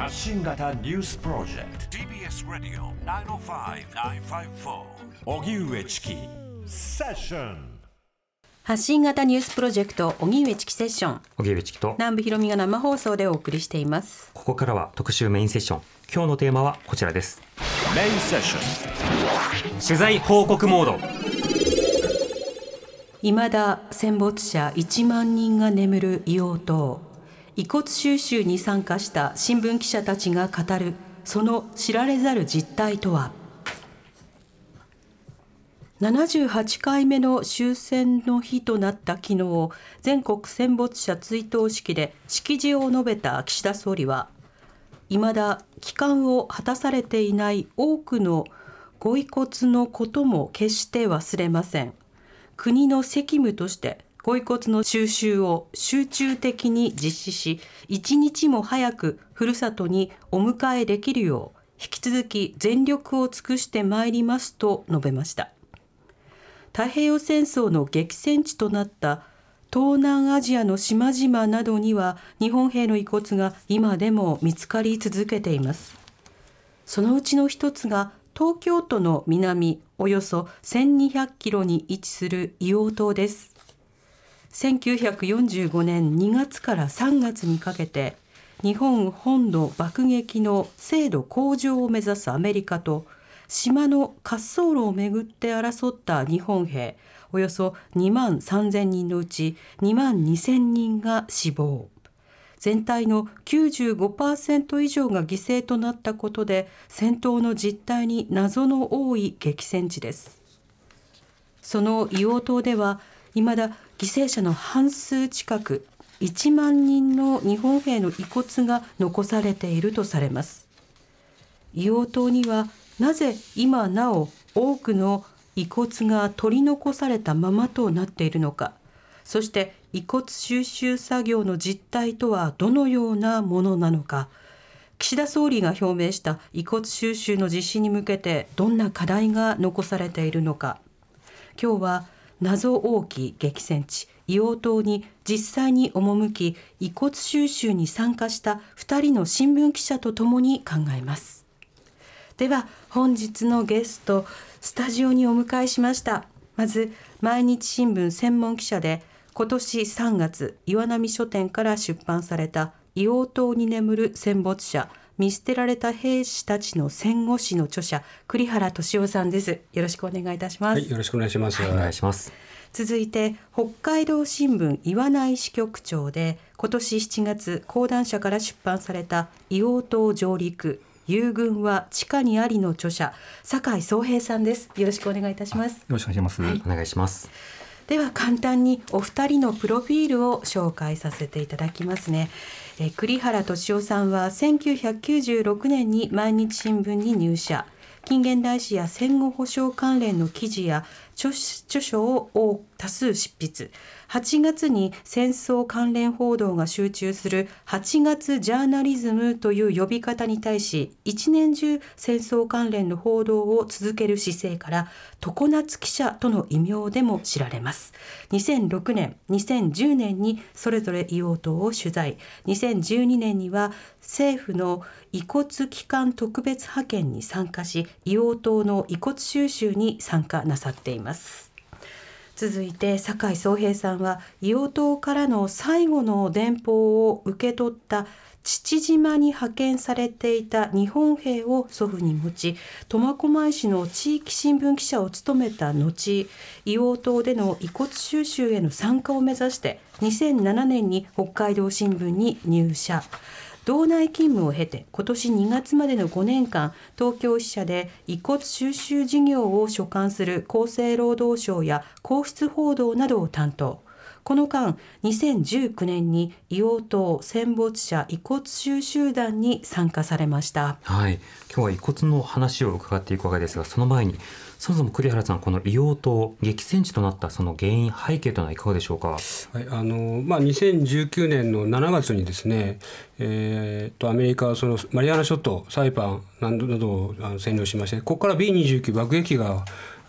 発信型ニュースプロジェクト TBS ラディオ905-954おぎゅうえちきセッション。 発信型ニュースプロジェクト荻上チキセッション、 荻上チキと南部ひろみが生放送でお送りしています。 ここからは特集メインセッション。今日のテーマはこちらです。 メインセッション取材報告モード。 未だ戦没者1万人が眠る硫黄島。遺骨収集に参加した新聞記者たちが語るその知られざる実態とは。78回目の終戦の日となった昨日、全国戦没者追悼式で式辞を述べた岸田総理は、未だ帰還を果たされていない多くのご遺骨のことも決して忘れません。国の責務としてご遺骨の収集を集中的に実施し、一日も早くふるさとにお迎えできるよう引き続き全力を尽くしてまいりますと述べました。太平洋戦争の激戦地となった東南アジアの島々などには日本兵の遺骨が今でも見つかり続けています。そのうちの一つが東京都の南およそ1200キロに位置する硫黄島です。1945年2月から3月にかけて日本本土爆撃の精度向上を目指すアメリカと島の滑走路をめぐって争った日本兵およそ2万3000人のうち2万2000人が死亡。全体の 95% 以上が犠牲となったことで戦闘の実態に謎の多い激戦地です。その硫黄島では未だ犠牲者の半数近く1万人の日本兵の遺骨が残されているとされます。硫黄島にはなぜ今なお多くの遺骨が取り残されたままとなっているのか、そして遺骨収集作業の実態とはどのようなものなのか、岸田総理が表明した遺骨収集の実施に向けてどんな課題が残されているのか、今日は謎多き激戦地硫黄島に実際に赴き遺骨収集に参加した2人の新聞記者とともに考えます。では本日のゲストスタジオにお迎えしました。まず毎日新聞専門記者で今年3月岩波書店から出版された硫黄島に眠る戦没者見捨てられた兵士たちの戦後史の著者栗原俊夫さんです。よろしくお願いいたします。 はい、よろしくお願いします。 お願いします。 続いて北海道新聞岩内支局長で今年7月講談社から出版された硫黄島上陸友軍は地下にありの著者酒井壮平さんです。よろしくお願いいたします。 よろしくお願いします、 お願いします。 では簡単にお二人のプロフィールを紹介させていただきますね。栗原俊夫さんは1996年に毎日新聞に入社。近現代史や戦後保障関連の記事や著書を多数執筆。8月に戦争関連報道が集中する8月ジャーナリズムという呼び方に対し、一年中戦争関連の報道を続ける姿勢から常夏記者との異名でも知られます。2006年2010年にそれぞれ硫黄島を取材。2012年には政府の遺骨帰還特別派遣に参加し硫黄島の遺骨収集に参加なさっています。続いて酒井壮平さんは硫黄島からの最後の電報を受け取った父島に派遣されていた日本兵を祖父に持ち、苫小牧市の地域新聞記者を務めた後、硫黄島での遺骨収集への参加を目指して2007年に北海道新聞に入社。道内勤務を経て今年2月までの5年間東京支社で遺骨収集事業を所管する厚生労働省や皇室報道などを担当。この間2019年に硫黄島戦没者遺骨収集団に参加されました。 はい、今日は遺骨の話を伺っていくわけですが、その前にそもそも栗原さん、この硫黄島激戦地となったその原因背景というのはいかがでしょうか。はい、 2019年の7月にですね、アメリカはそのマリアナ諸島サイパンなどを占領しまして、ここから B29 爆撃機が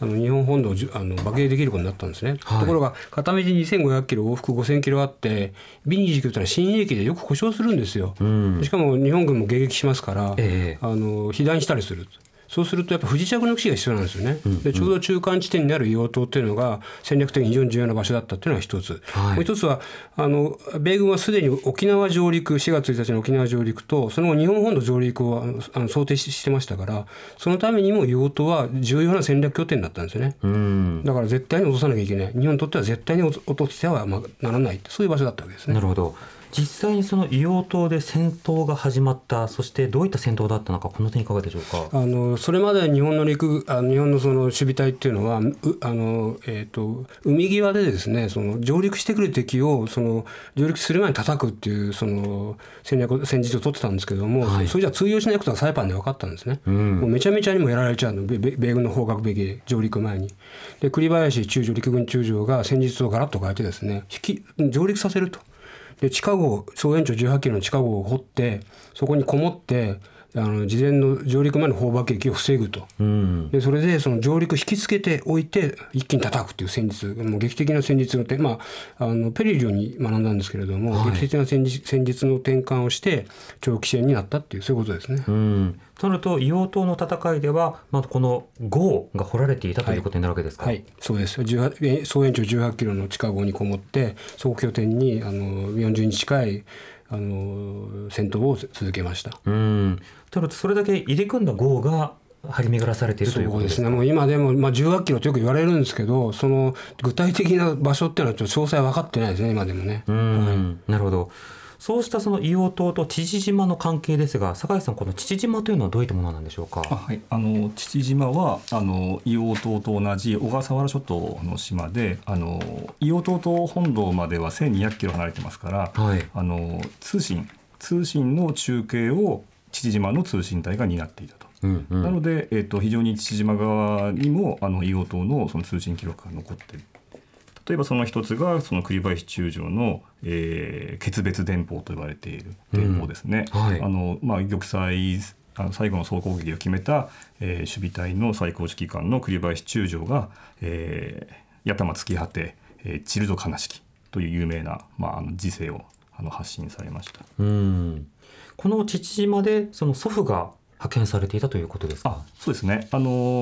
日本本土を爆撃できることになったんですね、 はい、 ところが片道2500キロ往復5000キロあって B29 というのは新兵器でよく故障するんですよ、しかも日本軍も迎撃しますから、被弾したりする。そうするとやっぱ不時着の基地が必要なんですよね、でちょうど中間地点にある硫黄島というのが戦略的に非常に重要な場所だったというのが一つ、もう一つは米軍はすでに沖縄上陸4月1日の沖縄上陸とその後日本本土上陸を想定してましたから、そのためにも硫黄島は重要な戦略拠点だったんですよね、だから絶対に落とさなきゃいけない、日本にとっては絶対に落としてはならない、そういう場所だったわけですね。 なるほど。実際にその硫黄島で戦闘が始まった、そしてどういった戦闘だったのか、この点いかがでしょうか。 それまで日本のその守備隊っていうのは海際でですね、その上陸してくる敵を上陸する前に叩くっていうその戦術を取ってたんですけども、それじゃ通用しないことがサイパンで分かったんですね、もうめちゃめちゃにもやられちゃうの、米軍の砲撃兵器で上陸前に。で栗林中将陸軍中将が戦術をガラッと変えてですね、上陸させると。で地下壕、総延長18キロの地下壕を掘ってそこにこもって事前の上陸前の砲爆撃を防ぐと、でそれでその上陸引きつけておいて一気に叩くという戦術、もう劇的な戦術のペリリョに学んだんですけれども、劇的な戦術の転換をして長期戦になったっていう、そういうことですね。 となると硫黄島の戦いでは、この壕が掘られていたということになるわけですか。 はい、そうです。総延長18キロの地下壕にこもってそこ拠点に40日近い戦闘を続けました。 となるとそれだけ入り組んだ壕が張り巡らされているということですか。 そうですね。もう今でも18キロとよく言われるんですけど、その具体的な場所っていうのはちょっと詳細分かってないですね、今でもね。 なるほど。そうしたその硫黄島と父島の関係ですが、酒井さん、この父島というのはどういったものなんでしょうか。 父島は硫黄島と同じ小笠原諸島の島で、硫黄島と本土までは1200キロ離れてますから、通信の中継を父島の通信隊が担っていたと。なので、非常に父島側にも硫黄島のその通信記録が残っている。例えばその一つがその栗林中将の、決別電報と呼ばれている電報ですね。玉砕最後の総攻撃を決めた、守備隊の最高指揮官の栗林中将が、八玉突き果て、散るぞ悲しきという有名な、時世を発信されました。 この父島でその祖父が派遣されていたということですか。 そうですね。私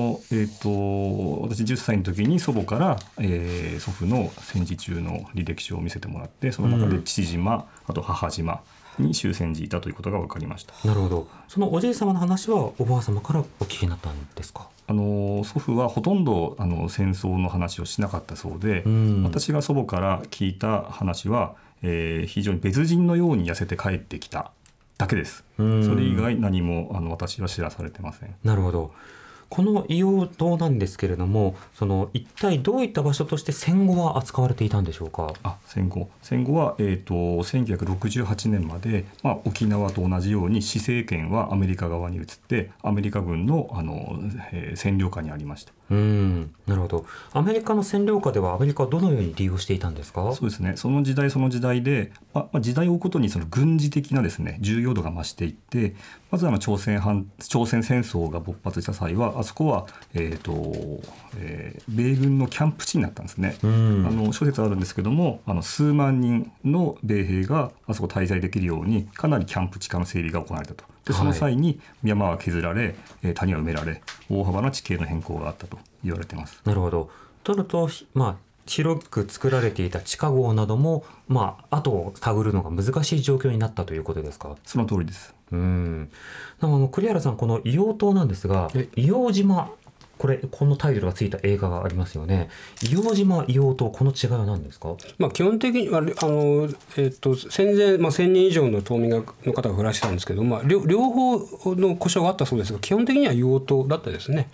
10歳の時に祖母から、祖父の戦時中の履歴書を見せてもらって、その中で父島、あと母島に終戦時いたということが分かりました。 なるほど。そのおじい様の話はおばあ様からお聞きになったんですか。 祖父はほとんど戦争の話をしなかったそうで、私が祖母から聞いた話は、非常に別人のように痩せて帰ってきただけです。それ以外何も私は知らされてません。 なるほど。この硫黄島なんですけれども、一体どういった場所として戦後は扱われていたんでしょうか。 戦後は、1968年まで、沖縄と同じように施政権はアメリカ側に移ってアメリカ軍の、占領下にありました。 なるほど。アメリカの占領下ではアメリカはどのように利用していたんですか。 そうですね。その時代で、時代を追うことにその軍事的なですね重要度が増していって、まず朝鮮戦争が勃発した際はあそこは、米軍のキャンプ地になったんですね。諸説あるんですけども、数万人の米兵があそこ滞在できるようにかなりキャンプ地化の整備が行われたと。でその際に山は削られ、谷は埋められ、大幅な地形の変更があったと言われています。 なるほど。とると、広く作られていた地下壕なども、後をたぐるのが難しい状況になったということですか。 その通りです。 栗原さん、この硫黄島なんですが、硫黄島、このタイトルがついた映画がありますよね。硫黄島、硫黄島、この違いは何ですか。 基本的には戦前、1000人以上の島民の方が暮らしてたんですけど、両方の故障があったそうですが、基本的には硫黄島だったですね。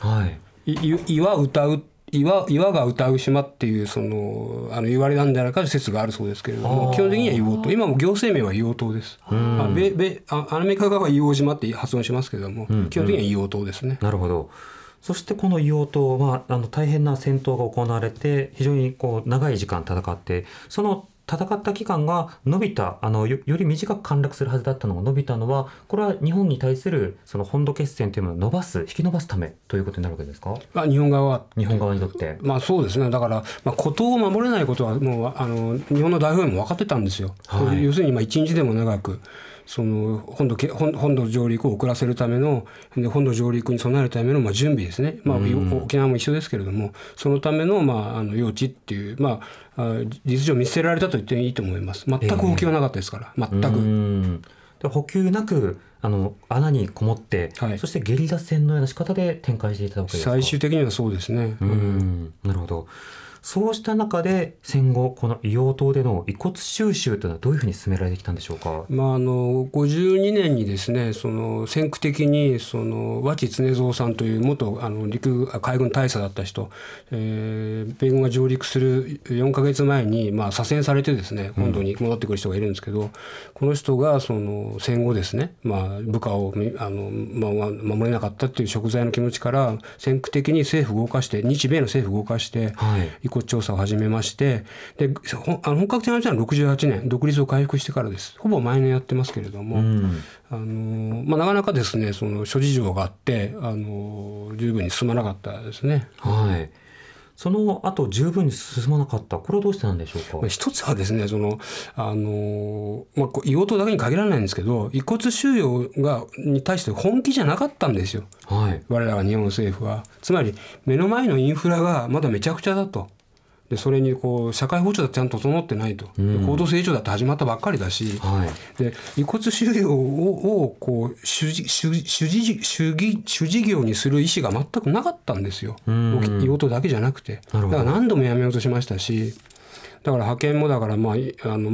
岩が歌う島っていう言われなんじゃないかという説があるそうですけれども、基本的には硫黄島、今も行政名は硫黄島です。アメリカ側は硫黄島って発音しますけれども、基本的には硫黄島ですね。 なるほど。そしてこの硫黄島は大変な戦闘が行われて、非常に長い時間戦って、その戦った期間が伸びた、より短く陥落するはずだったのが伸びたのは、これは日本に対するその本土決戦というものを引き伸ばすためということになるわけですか？ 日本側にとって。 そうですね。だから、孤島を守れないことはもう日本の大本営も分かってたんですよ。はい、要するに一日でも長くその本土上陸を遅らせるための、本土上陸に備えるための準備ですね。沖縄も一緒ですけれども、そのための用地っていう、事実上見捨てられたと言っていいと思います。全く補給はなかったですから、全く。 補給なく穴にこもって、はい、そしてゲリラ戦のような仕方で展開していたわけですか？ 最終的にはそうですね。 なるほど。そうした中で戦後この硫黄島での遺骨収集というのはどういうふうに進められてきたんでしょうか？ 52年にですね、先駆的に和知常蔵さんという元海軍大佐だった人、米軍が上陸する4ヶ月前に左遷されてですね、本土に戻ってくる人がいるんですけど、この人が戦後ですね、部下を守れなかったという贖罪の気持ちから先駆的に日米の政府を動かして、遺骨調査を始めまして、で本格的な話は68年独立を回復してからです。ほぼ毎年やってますけれども、なかなかですね諸事情があって十分に進まなかったですね。 はい。その後十分に進まなかった、これはどうしてなんでしょうか？ 一つはですね、硫黄島だけに限らないんですけど、遺骨収容に対して本気じゃなかったんですよ。はい、我らが日本政府は。つまり目の前のインフラがまだめちゃくちゃだと。でそれに社会保障だってちゃんと整ってないと、高度成長だって始まったばっかりだし、で遺骨収容を主事業にする意思が全くなかったんですよ。硫黄島だけじゃなくて。だから何度もやめようとしましたし、だから派遣もだから年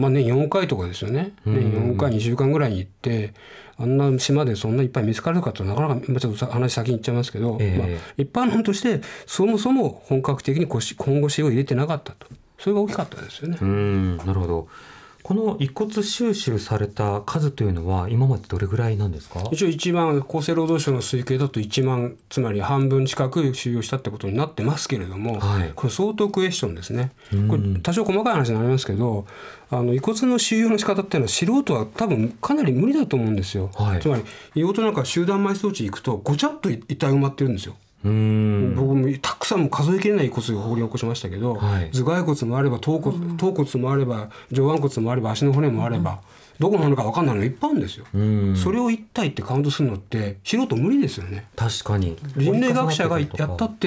4回とかですよね。年4回2週間ぐらいに行って、あんな島でそんないっぱい見つかるかとなかなかちょっと話先に行っちゃいますけど、一般論としてそもそも本格的に本腰を入れてなかったと。それが大きかったですよね。 なるほど。この遺骨収集された数というのは今までどれぐらいなんですか？一応 1万、厚生労働省の推計だと1万、つまり半分近く収容したってことになってますけれども、これ相当クエスチョンですね。これ多少細かい話になりますけど、遺骨の収容の仕方っていうのは素人は多分かなり無理だと思うんですよ。つまり硫黄島なんか集団埋葬地行くとごちゃっと遺体埋まってるんですよ。僕もたくさん数えきれない遺骨を掘り起こしましたけど、頭蓋骨もあれば頭骨もあれば上腕骨もあれば足の骨もあれば、どこのものか分かんないのがいっぱいあるんですよ。それを一体ってカウントするのって素人無理ですよね。 確かに人類学者がやったって、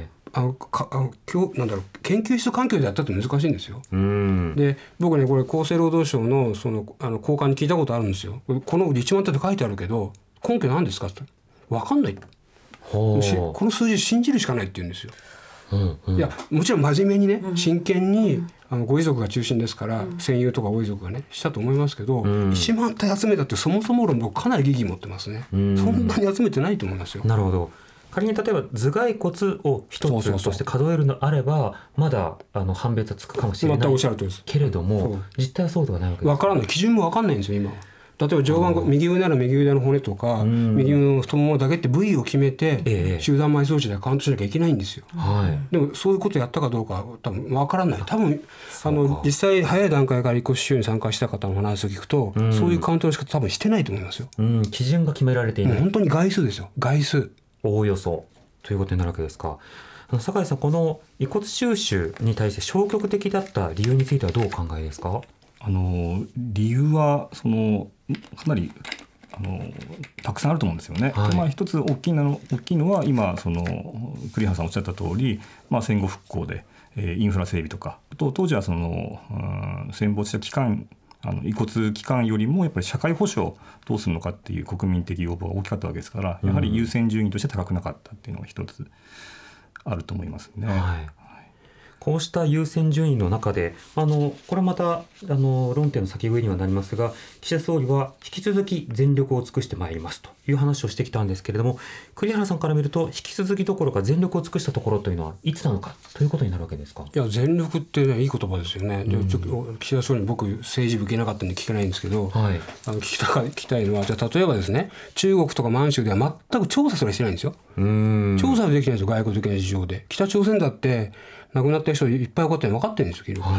研究室環境でやったって難しいんですよ。で僕ね、これ厚生労働省の高官に聞いたことあるんですよ。この1万点って書いてあるけど根拠なんですかって分かんない。この数字信じるしかないって言うんですよ。いやもちろん真面目にね、真剣にご遺族が中心ですから、戦友とかご遺族がねしたと思いますけど、1万体集めたってそもそも論僕かなり疑義持ってますね。そんなに集めてないと思いますよ。 なるほど。仮に例えば頭蓋骨を一つとして数えるのであればまだ判別はつくかもしれないけれども、実態はそうではないわけです。 分からない。基準も分かんないんですよ今。例えば上腕、右上なら右腕の骨とか、右上の太ももだけって部位を決めて、集団埋葬地でカウントしなきゃいけないんですよ。でもそういうことやったかどうか多分分からない。多分実際早い段階から遺骨収容に参加した方の話を聞くと、そういうカウントの仕方多分してないと思いますよ。 基準が決められていない。 本当に概数ですよ。概数。 おおよそということになるわけですか。酒井さん、この遺骨収集に対して消極的だった理由についてはどうお考えですか？ 理由はかなりたくさんあると思うんですよね。一つ大きいのは今栗原さんおっしゃった通り、戦後復興で、インフラ整備とか当時は戦没した期間遺骨期間よりもやっぱり社会保障をどうするのかっていう国民的要望が大きかったわけですから、やはり優先順位として高くなかったっていうのが一つあると思いますね。 こうした優先順位の中でこれまた論点の先上にはなりますが、岸田総理は引き続き全力を尽くしてまいりますという話をしてきたんですけれども、栗原さんから見ると引き続きどころか全力を尽くしたところというのはいつなのかということになるわけですか？ いや全力ってね、いい言葉ですよね。岸田総理に僕政治部受けなかったんで聞けないんですけど、聞きたいのは、じゃあ例えばですね、中国とか満州では全く調査すらしてないんですよ。調査はできないんですよ、外交的な事情で。北朝鮮だって亡くなった人いっぱい起こったの分かってるんですよ、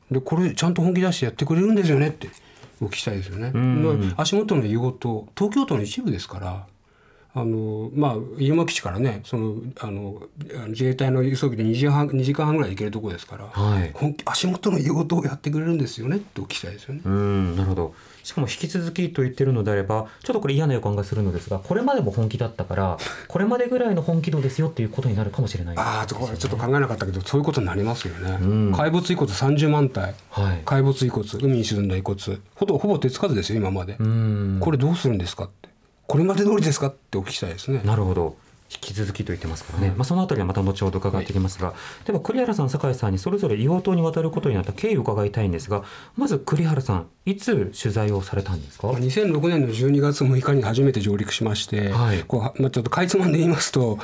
でこれちゃんと本気出してやってくれるんですよねってお聞きしたいですよね。足元の融合と東京都の一部ですから、入間基地からね自衛隊の輸送機で2時間半ぐらいで行けるところですから、はい、足元の融合とやってくれるんですよねってお聞きしたいですよね。 なるほど。しかも引き続きと言ってるのであればちょっとこれ嫌な予感がするのですが、これまでも本気だったからこれまでぐらいの本気度ですよっていうことになるかもしれないですよね。 これちょっと考えなかったけどそういうことになりますよね。骸骨遺骨30万体、はい、骸骨遺骨、海に沈んだ遺骨ほぼ手つかずですよ今まで。これどうするんですかって、これまで通りですかってお聞きしたいですね。 なるほど。引き続きと言ってますからね、そのあたりはまた後ほど伺っていきますが、では栗原さん、酒井さんにそれぞれ硫黄島に渡ることになった経緯を伺いたいんですが、まず栗原さん、いつ取材をされたんですか ？2006年の12月6日に初めて上陸しまして、はい、ちょっとかいつまんで言いますと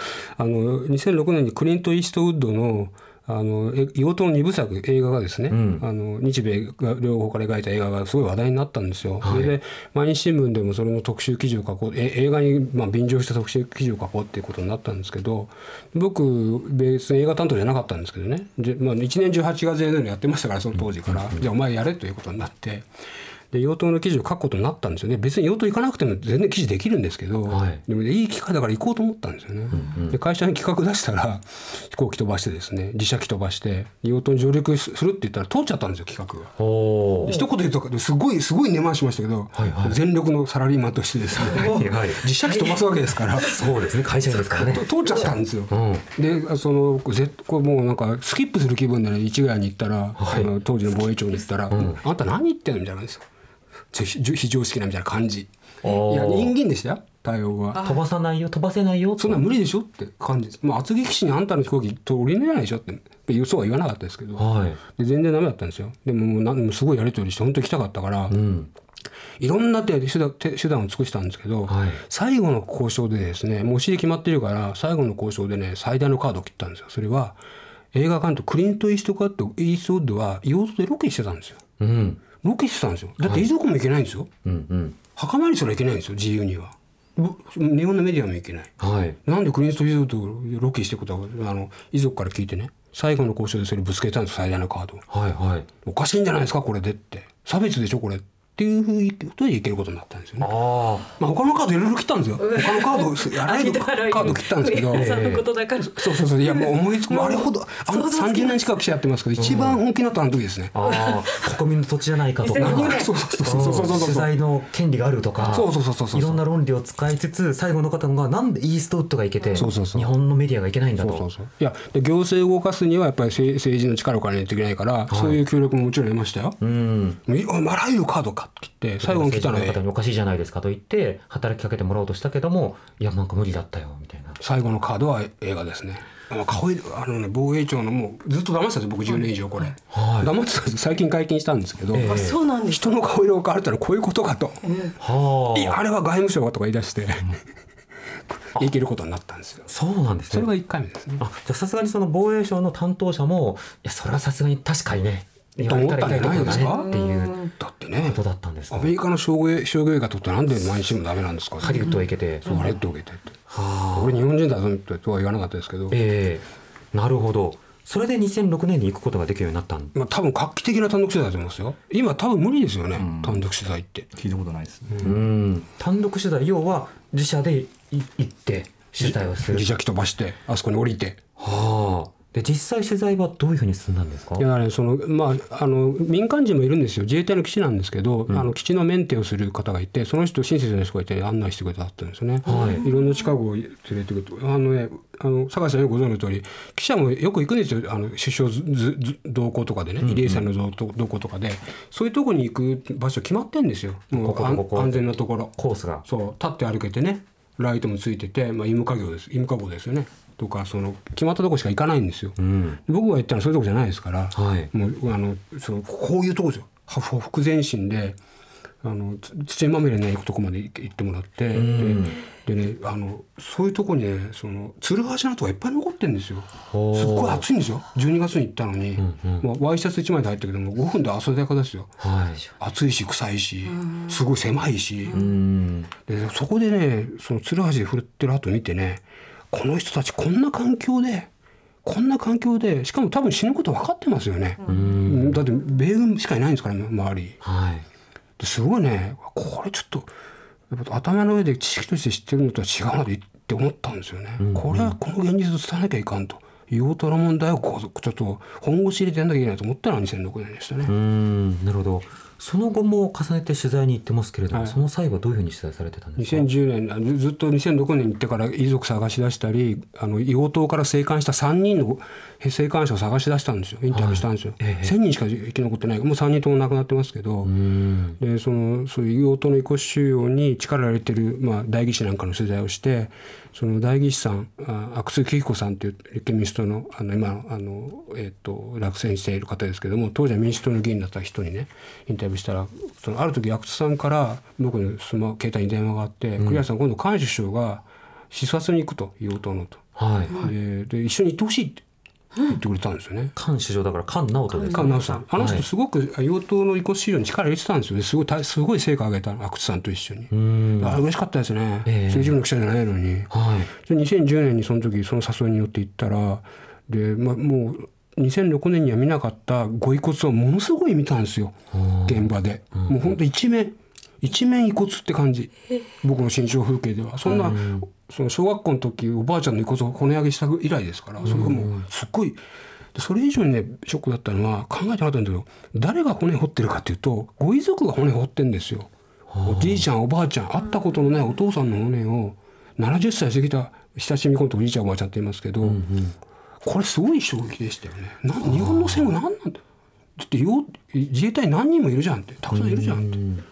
2006年にクリント・イーストウッドの硫黄島の2部作映画がですね、日米が両方から描いた映画がすごい話題になったんですよ。それで毎日新聞でもそれの特集記事を書こう、映画に便乗した特集記事を書こうっていうことになったんですけど、僕別に映画担当じゃなかったんですけどね、一年中8月でやってましたからその当時から、じゃあお前やれということになって。で硫黄島の記事を書くことになったんですよね。別に硫黄島行かなくても全然記事できるんですけど、はい、でもいい機会だから行こうと思ったんですよね。で会社に企画出したら飛行機飛ばしてですね、自社機飛ばして硫黄島に上陸するって言ったら通っちゃったんですよ、企画が。で一言で言うとすごい根回しましたけど、はいはい、全力のサラリーマンとしてですねはい、自社機飛ばすわけですからそうですね、会社ですからね通っちゃったんですよ。でこれもうなんかスキップする気分でね、市ヶ谷に行ったら、はい、当時の防衛庁に行ったら、あんた何言ってんのみたいなんですよ。非常識なみたいな感じ。いや人間でしたよ対応は。 飛ばせないよそんな無理でしょって感じです。厚木基地にあんたの飛行機降りれないでしょってそうは言わなかったですけど、はい、で全然ダメだったんですよ。でもすごいやり取りして本当に来たかったから、いろんな手段を尽くしたんですけど、はい、最後の交渉でですね、もうお尻決まってるから最後の交渉でね、最大のカードを切ったんですよ。それは映画監督クリント・イーストウッドは硫黄島でロケしてたんですよ。ロケしてたんですよ。だって遺族も行けないんですよ、墓参りすら行けないんですよ、自由には。日本のメディアも行けない、はい、なんでクリント・イーストウッドとロケしてることは遺族から聞いてね、最後の交渉でそれぶつけたんです、最大のカード、はいはい、おかしいんじゃないですかこれでって、差別でしょこれっていうふうにことでいけることになったんですよね。他のカードいろいろ切ったんですよ。他のカードやられるカード切ったんですけどそのことだからそういやもう思いつくあれほど30年近くしてやってますけど、一番本気になったあの時ですね。 国民の土地じゃないかとか取材の権利があるとかいろんな論理を使いつつ、最後の方がなんでイーストウッドがいけて日本のメディアがいけないんだと。 いやで行政を動かすにはやっぱり政治の力を借りないといけないから、そういう協力ももちろん得ましたよ。あらゆるカードかって言って最後に来たので、 方におかしいじゃないですかと言って働きかけてもらおうとしたけども、いやなんか無理だったよみたいな。 最後のカードは映画ですね。防衛庁のもうずっと騙してたんですよ僕10年以上これ、騙ってたんです。最近解禁したんですけど、 そうなんです。 人の顔色を変われたらこういうことかと、いやあれは外務省とか言い出していけることになったんですよ。 そうなんですね。 それが1回目ですね。 じゃあさすがにその防衛省の担当者もいやそれはさすがに確かにねと思ったんじゃないですかっていうだってね、 ことだったんですか。 アメリカの商業映画撮ってなんで毎日もダメなんですか。 ハリウッドへ行けて、 ハリウッドへ行けてって、俺日本人だとは言わなかったですけど、 なるほど。それで2006年に行くことができるようになったんで、 多分画期的な単独取材だと思いますよ。今多分無理ですよね、単独取材って聞いたことないですね。 単独取材要は自社で行って取材をする、 自社機飛ばしてあそこに降りて、 で実際取材はどういうふうに進んだんですか。 いや民間人もいるんですよ。自衛隊の基地なんですけど、基地のメンテをする方がいて、その人親切な人がいて案内してくれたんですよね、いろんな近くを連れてくると酒井さんよくご存知の通り記者もよく行くんですよ。首相同行とかでね、慰霊祭の同行とかでそういうとこに行く場所決まってんですよ。もう安全なところコースがそう立って歩けてね、ライトもついてて、医務課号ですよねとか、その決まったとこしか行かないんですよ、僕が行ったのはそういうとこじゃないですから、もうこういうとこですよ。北前進で土まみれの行くとこまで行ってもらって、でねそういうとこにねツルハシの跡がいっぱい残ってるんですよ。すっごい暑いんですよ。12月に行ったのに、ワイシャツ1枚で入ったけども5分で汗だくですよ、暑いし臭いしすごい狭いし、でそこでねそのツルハシで振ってる跡見てね、この人たちこんな環境でこんな環境でしかも多分死ぬこと分かってますよね。だって米軍しかいないんですからね周り、ですごいねこれちょっとやっぱ頭の上で知識として知ってるのとは違うなって思ったんですよね。これはこの現実を伝えなきゃいかんと。硫黄島の問題をちょっと本腰入れてやんなきゃいけないと思ったのは2006年でしたね。 なるほど。その後も重ねて取材に行ってますけれども、その際はどういうふうに取材されてたんですか。 2010年ずっと2006年に行ってから遺族探し出したり硫黄島から生還した3人の生還者を探し出したんですよ。インタビューしたんですよ。1000人しか生き残ってないもう3人とも亡くなってますけど、でそういう硫黄島の遺骨収容に力を入れてる、代議士なんかの取材をしてその代議士さん阿久津紀彦さんという立憲民主党の今落選している方ですけども当時は民主党の議員だった人にねインタビューしたらある時阿久津さんから僕の携帯に電話があって栗原さん今度菅首相が視察に行くと硫黄島のと、で一緒に行ってほしいって言ってくれたんですよね。 菅首相だから菅直人ですね。 菅直人さんあの人すごく硫黄島の遺骨収容に力入れてたんですよ。すごい成果を上げた阿久津さんと一緒に嬉しかったですね。政治部の記者じゃないのに、で2010年にその時その誘いによって行ったらで、もう2006年には見なかったご遺骨をものすごい見たんですよ現場で。もう本当一面遺骨って感じ僕の心象風景ではそんな、その小学校の時おばあちゃんの遺骨を骨上げした以来ですからそれがもうすっごいそれ以上にねショックだったのは考えてなかったんだけど誰が骨掘ってるかっていうとご遺族が骨掘ってんですよ。おじいちゃんおばあちゃん会ったことのないお父さんの骨を70歳過ぎた親しみ込んでおじいちゃんおばあちゃんって言いますけど、これすごい衝撃でしたよね。日本の戦後何なんだだって自衛隊何人もいるじゃんってたくさんいるじゃんって、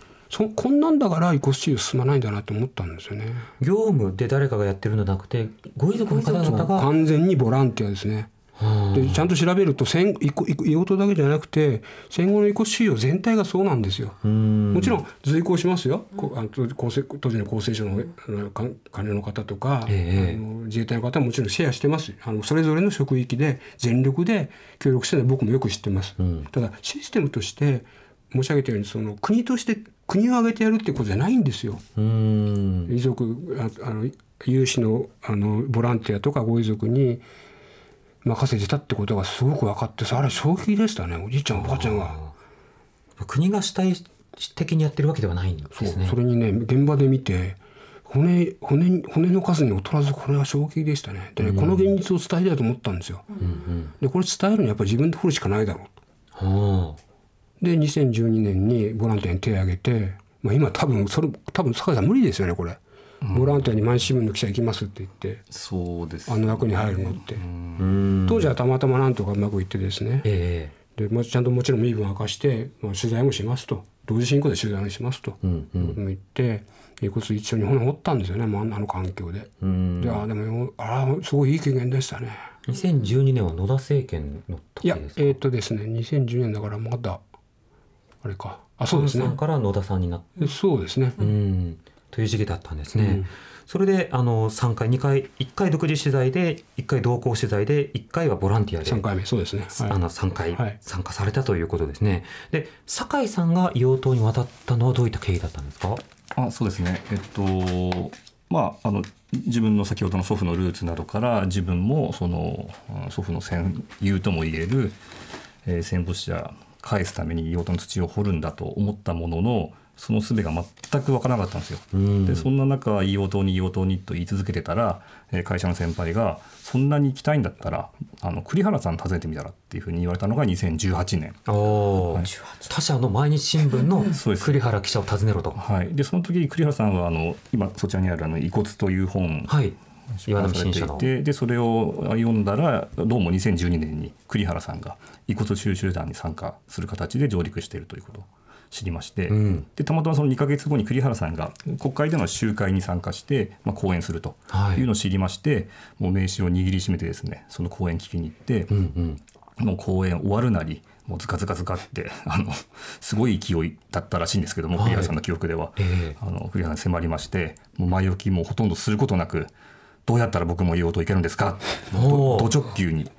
こんなんだから遺骨収容進まないんだなと思ったんですよね。 業務で誰かがやってるのではなくてご遺族の方々が完全にボランティアですね。でちゃんと調べると硫黄島だけじゃなくて戦後の遺骨収容全体がそうなんですよ。もちろん随行しますよ。当時の厚生省の官僚の方とか、自衛隊の方はもちろんシェアしてます。それぞれの職域で全力で協力してるのは僕もよく知ってます。ただシステムとして申し上げたようにその国として国を挙げてやるってことじゃないんですよ。遺族有志のボランティアとかご遺族に任せてたってことがすごく分かってあれ衝撃でしたね。おじいちゃんおばあちゃんが国が主体的にやってるわけではないんですね。 それにね現場で見て骨の数に劣らずこれは衝撃でしたね。でねこの現実を伝えたいと思ったんですよ。でこれ伝えるのはやっぱり自分で掘るしかないだろうと。で2012年にボランティアに手を挙げて、今多分酒井さん無理ですよねこれ。ボランティアに毎日新聞の記者行きますって言ってそうです、 役に入るのって。当時はたまたまなんとかうまくいってですね、でちゃんともちろん身分を明かして、取材もしますと同時進行で取材もしますと、言って遺骨一緒に骨掘ったんですよねあの環境で。でもすごいいい経験でしたね。 2012年は野田政権の時ですか。 いやですね2010年だからまだあれかそうですね。 さんから野田さんになってそうですね。 という時期だったんですね。それで3回2回1回独自取材で1回同行取材で1回はボランティアで 3回目そうですね、 3回参加されたということですね。で酒井さんが硫黄島に渡ったのはどういった経緯だったんですか。 そうですね自分の先ほどの祖父のルーツなどから自分もその祖父の戦友ともいえる、戦没者返すために硫黄島の土を掘るんだと思ったもののその術が全く分からなかったんですよ。でそんな中硫黄島にと言い続けてたら、会社の先輩がそんなに行きたいんだったら栗原さん訪ねてみたらっていうふうに言われたのが2018年。 他社の毎日新聞の栗原記者を訪ねろと。 でその時栗原さんは今そちらにある遺骨という本、出版されていて、でそれを読んだらどうも2012年に栗原さんが遺骨収集団に参加する形で上陸しているということを知りまして、でたまたまその2ヶ月後に栗原さんが国会での集会に参加して、講演するというのを知りまして、もう名刺を握りしめてですねその講演聞きに行って、もう講演終わるなりもうズカズカズカってすごい勢いだったらしいんですけども、栗原さんの記憶では、栗原さんに迫りまして、もう前置きもほとんどすることなくどうやったら僕も硫黄島行けるんですかとド直球に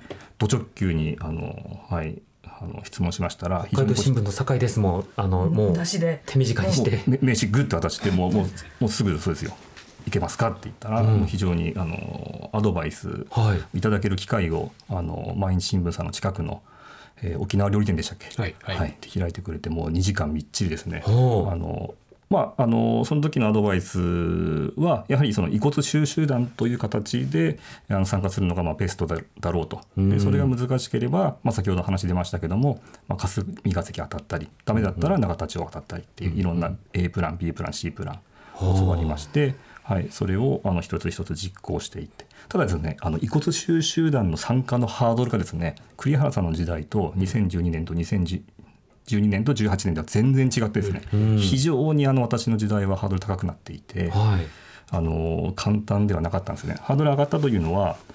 質問しましたら、 北海道新聞の酒井ですもう手短にして名刺グッと渡してもうすぐそうですよ。 いけますかって言ったら、非常にアドバイスいただける機会を毎日新聞さんの近くの、沖縄料理店でしたっけ、はい開いてくれて、もう2時間みっちりですね。その時のアドバイスはやはりその遺骨収集団という形で参加するのがベストだろうと。でそれが難しければ、先ほど話出ましたけども、霞ヶ関当たったり、ダメだったら永田町当たったりっていういろんな A プラン B プラン C プランを教わりまして、それを一つ一つ実行していって、ただですね、遺骨収集団の参加のハードルがですね、栗原さんの時代と2012年と2012年と18年では全然違ってですね、非常に私の時代はハードル高くなっていて、簡単ではなかったんですね。ハードル上がったというのは、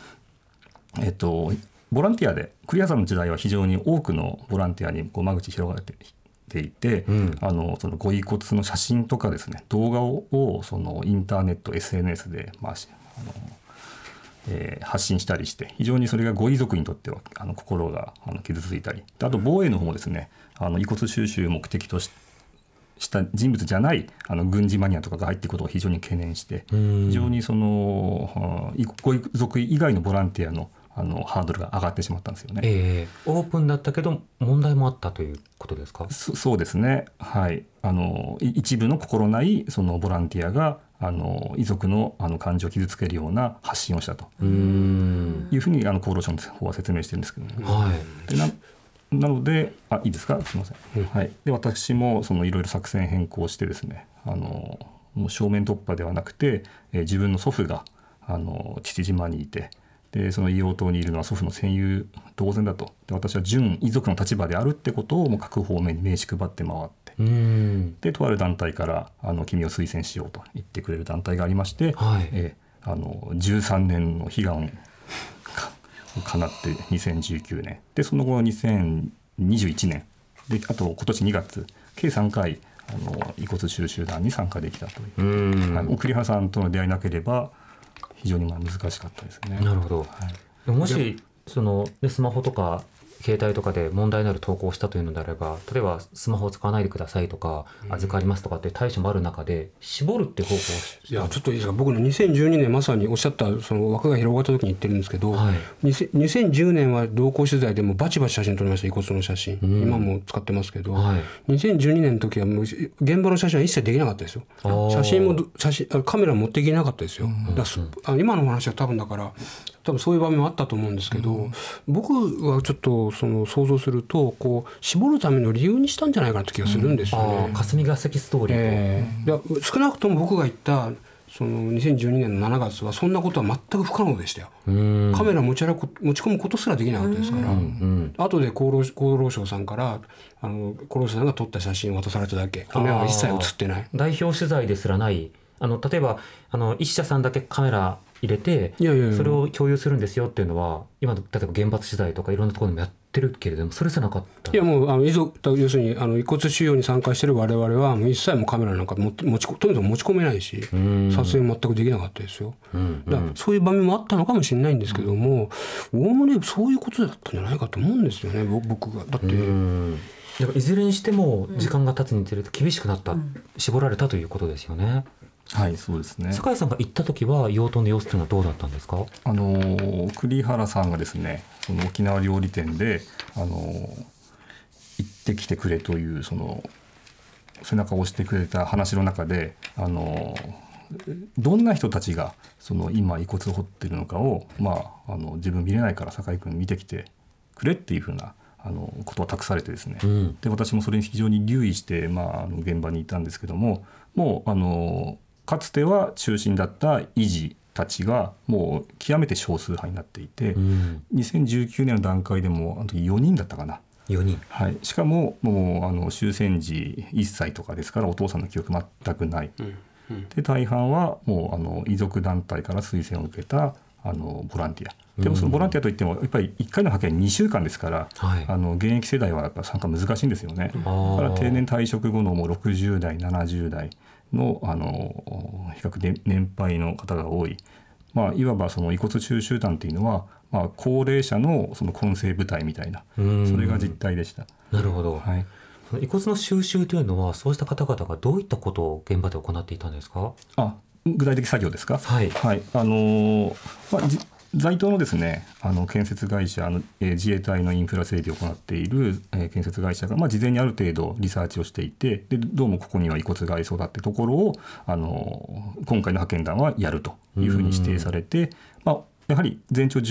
ボランティアで、栗原さんの時代は非常に多くのボランティアに間口広がっていて、そのご遺骨の写真とかですね、動画をそのインターネット SNS で発信したりして、非常にそれがご遺族にとっては心が傷ついたり、あと防衛の方もですね、遺骨収集を目的とした人物じゃない軍事マニアとかが入っていくことを非常に懸念して、非常にそのご遺族以外のボランティアのハードルが上がってしまったんですよね。 オープンだったけど問題もあったということですか？ そうですね、はい、一部の心ないそのボランティアが遺族の感情を傷つけるような発信をしたというふうに厚労省の方は説明してるんですけどね。なのでいいですか、すみません、で私もいろいろ作戦変更してですね、もう正面突破ではなくて、自分の祖父が父島にいて、でその硫黄島にいるのは祖父の戦友同然だと。で私は準遺族の立場であるってことをもう各方面に名刺配って回って、でとある団体から君を推薦しようと言ってくれる団体がありまして、13年の悲願をかなって2019年で、その後2021年で、あと今年2月計3回遺骨収集団に参加できたという。栗原さんとの出会いなければ非常に難しかったですね。 なるほど、もしスマホとか携帯とかで問題のある投稿をしたというのであれば、例えばスマホを使わないでくださいとか、預かりますとかっていう対処もある中で絞るって方法いやちょっといいですか、僕の2012年まさにおっしゃったその枠が広がった時に言ってるんですけど、2010年は同行取材でもバチバチ写真撮りました、遺骨の写真、今も使ってますけど、2012年の時はもう現場の写真は一切できなかったですよ。写真カメラ持っていけなかったですよ。今の話は多分そういう場面もあったと思うんですけど、僕はちょっと想像すると絞るための理由にしたんじゃないかなって気がするんですよね。 霞が関ストーリー少なくとも僕が言った2012年の7月はそんなことは全く不可能でしたよ。カメラ持ち込むことすらできなかったですから、後で厚労省さんから厚労省さんが撮った写真を渡されただけ、骨は一切写ってない。 代表取材ですらない。例えば一社さんだけカメラ入れてそれを共有するんですよっていうのは、今の例えば原発取材とかいろんなところでもやってるけれども、それじゃなかった。 いやもう要するに遺骨収容に参加してる我々はもう一切もカメラなんかとにかく持ち込めないし、撮影全くできなかったですよ。だからそういう場面もあったのかもしれないんですけども、おおむねそういうことだったんじゃないかと思うんですよね、僕が。だっていずれにしても時間が経つにつれて厳しくなった、絞られたということですよね。 はい、そうですね。 酒井さんが行った時は硫黄島の様子というのはどうだったんですか？ 栗原さんがですね、その沖縄料理店で行ってきてくれという背中を押してくれた話の中で、どんな人たちが今遺骨を掘っているのかを、自分見れないから酒井君見てきてくれっていうふうなことを託されてですね、で私もそれに非常に留意して、現場にいたんですけども、もうかつては中心だった遺児たちがもう極めて少数派になっていて、2019年の段階でも4人だったかな。 4人、 しかももう終戦時1歳とかですからお父さんの記憶全くない、で大半はもう遺族団体から推薦を受けたボランティアでも、そのボランティアといってもやっぱり1回の派遣2週間ですから、現役世代はやっぱ参加難しいんですよね。だから定年退職後のもう60代70代の比較年配の方が多い、いわば遺骨収集団というのは、高齢者の混成部隊みたいな、それが実態でした。 なるほど、遺骨の収集というのはそうした方々がどういったことを現場で行っていたんですか？ 具体的作業ですか。 はい、 はい、在東のですね建設会社自衛隊のインフラ整備を行っている、建設会社が、事前にある程度リサーチをしていて、でどうもここには遺骨がありそうだってところを今回の派遣団はやるというふうに指定されて、やはり全長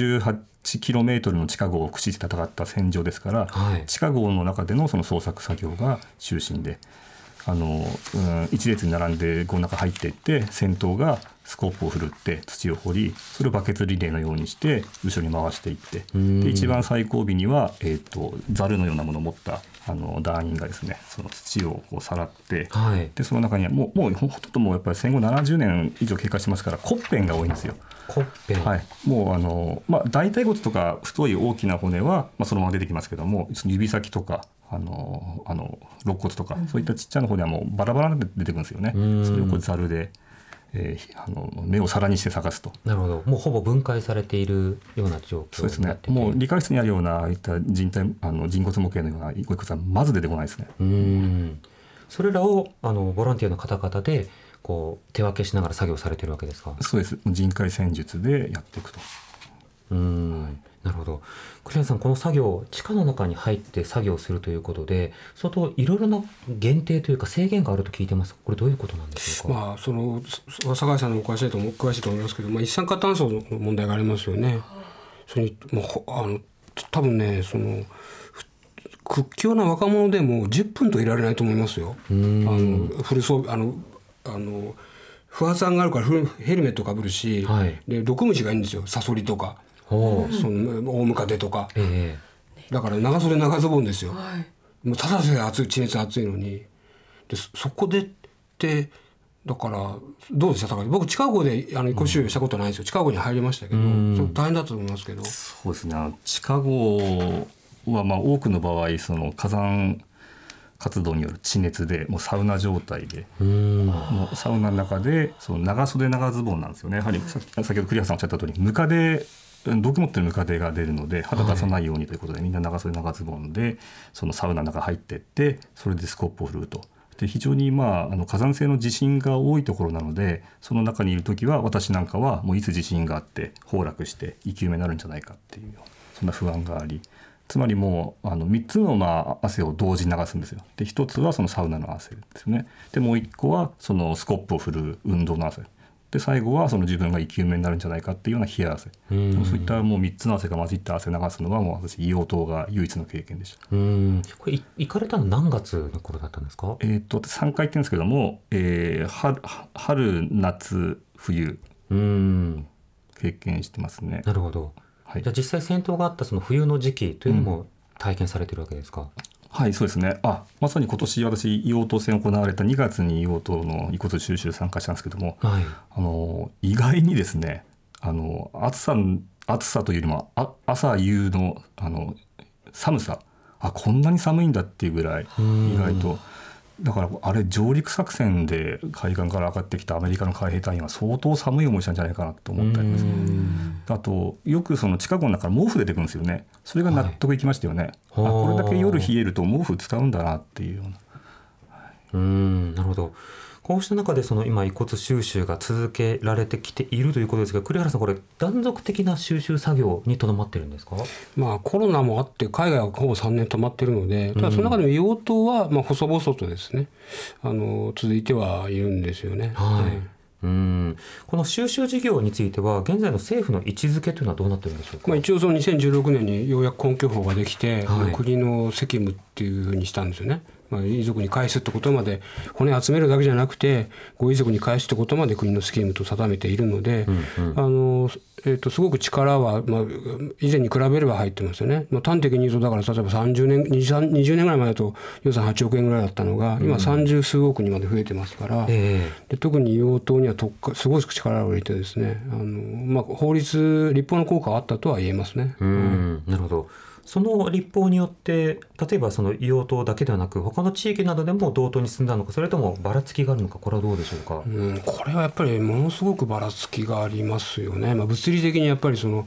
18km の地下壕を駆使して戦った戦場ですから、 はい、 地下壕の中でのその捜索作業が中心で、一列に並んでこの中入っていって、先頭がスコープを振るって土を掘り、それをバケツリレーのようにして後ろに回していって、で一番最後尾には、ザルのようなものを持った団員がですね、その土をこうさらって、 はい、 でその中にはもうほとんどもうやっぱり戦後70年以上経過してますから、骨片が多いんですよ。 骨片、 はい、もう大腿骨とか太い大きな骨は、そのまま出てきますけども、指先とか肋骨とか、そういったちっちゃな骨はもうバラバラで出てくるんですよね。それをこうザルで、目を皿にして探すと。 なるほど、もうほぼ分解されているような状況になってて、 もう理解室にあるようなああいった人骨模型のような遺骨はまず出てこないですね。 それらをボランティアの方々でこう手分けしながら作業されてるわけですか。 そうです。人海戦術でやっていくと。 なるほど。栗原さん、この作業、地下の中に入って作業するということで、相当いろいろな限定というか制限があると聞いてます。これどういうことなんでしょうか。 酒井さんのも詳しいと思いますけど、一酸化炭素の問題がありますよね。それに多分ね、屈強な若者でも10分といられないと思いますよ。フル装備不発弾があるからヘルメットかぶるし、はい、で毒虫がいいんですよ。サソリとかそのオウムカデとか、だから長袖長ズボンですよ、はい、もうただで地熱暑いのに、でそこでってだからどうでしたか。僕地下壕で遺骨収容したことないんですよ。地下壕に入りましたけど、大変だったと思いますけど。 そうですね、地下壕は多くの場合その火山活動による地熱でもうサウナ状態で、もうサウナの中でその長袖長ズボンなんですよね。やはり先ほど栗原さんおっしゃった通り、ムカデ毒持ってるムカデが出るので肌出さないようにということで、みんな長袖長ズボンでそのサウナの中入っていって、それでスコープを振るうと。で非常に火山性の地震が多いところなので、その中にいる時は私なんかはもういつ地震があって崩落して生き埋めになるんじゃないかっていうそんな不安があり、つまりもう3つの汗を同時に流すんですよ。で1つはそのサウナの汗ですよね。でもう1個はそのスコップを振る運動の汗で、最後はその自分が生き埋めになるんじゃないかっていうような冷や汗、そういったもう3つの汗が混じった汗流すのはもう私硫黄島が唯一の経験でした。 これ行かれたの何月の頃だったんですか。 3回行ってるんですけども、春夏冬経験してますね。 なるほど。はい、じゃあ実際戦闘があったその冬の時期というのも体験されてるわけですか。 はい、そうですね。まさに今年私硫黄島戦行われた2月に硫黄島の遺骨収集参加したんですけども、はい、意外にですね暑さというよりも朝夕の寒さ、こんなに寒いんだっていうぐらい意外と。だからあれ上陸作戦で海岸から上がってきたアメリカの海兵隊員は相当寒い思いしたんじゃないかなと思ったりですね。あとよくその地下壕の中から毛布出てくるんですよね。それが納得いきましたよね。これだけ夜冷えると毛布使うんだなっていうような。 なるほど。こうした中でその今遺骨収集が続けられてきているということですが、栗原さん、これ断続的な収集作業にとどまってるんですか。 コロナもあって海外はほぼ3年止まってるので、ただその中でも硫黄島は細々とですね続いてはいるんですよね。 この収集事業については現在の政府の位置づけというのはどうなってるんでしょうか。 一応その2016年にようやく根拠法ができて、国の責務っていうふうにしたんですよね。遺族に返すってことまで、骨集めるだけじゃなくてご遺族に返すってことまで国のスキームと定めているので、すごく力は、以前に比べれば入ってますよね。端的に言うと、だから例えば20年ぐらい前だと予算8億円ぐらいだったのが今30数億にまで増えてますから、で特に硫黄島にはすごい力を入れてですね、立法の効果はあったとは言えますね。 なるほど。その立法によって例えばその硫黄島だけではなく他の地域などでも同等に進んだのか、それともばらつきがあるのか、これはどうでしょうか。 これはやっぱりものすごくばらつきがありますよね。物理的にやっぱりその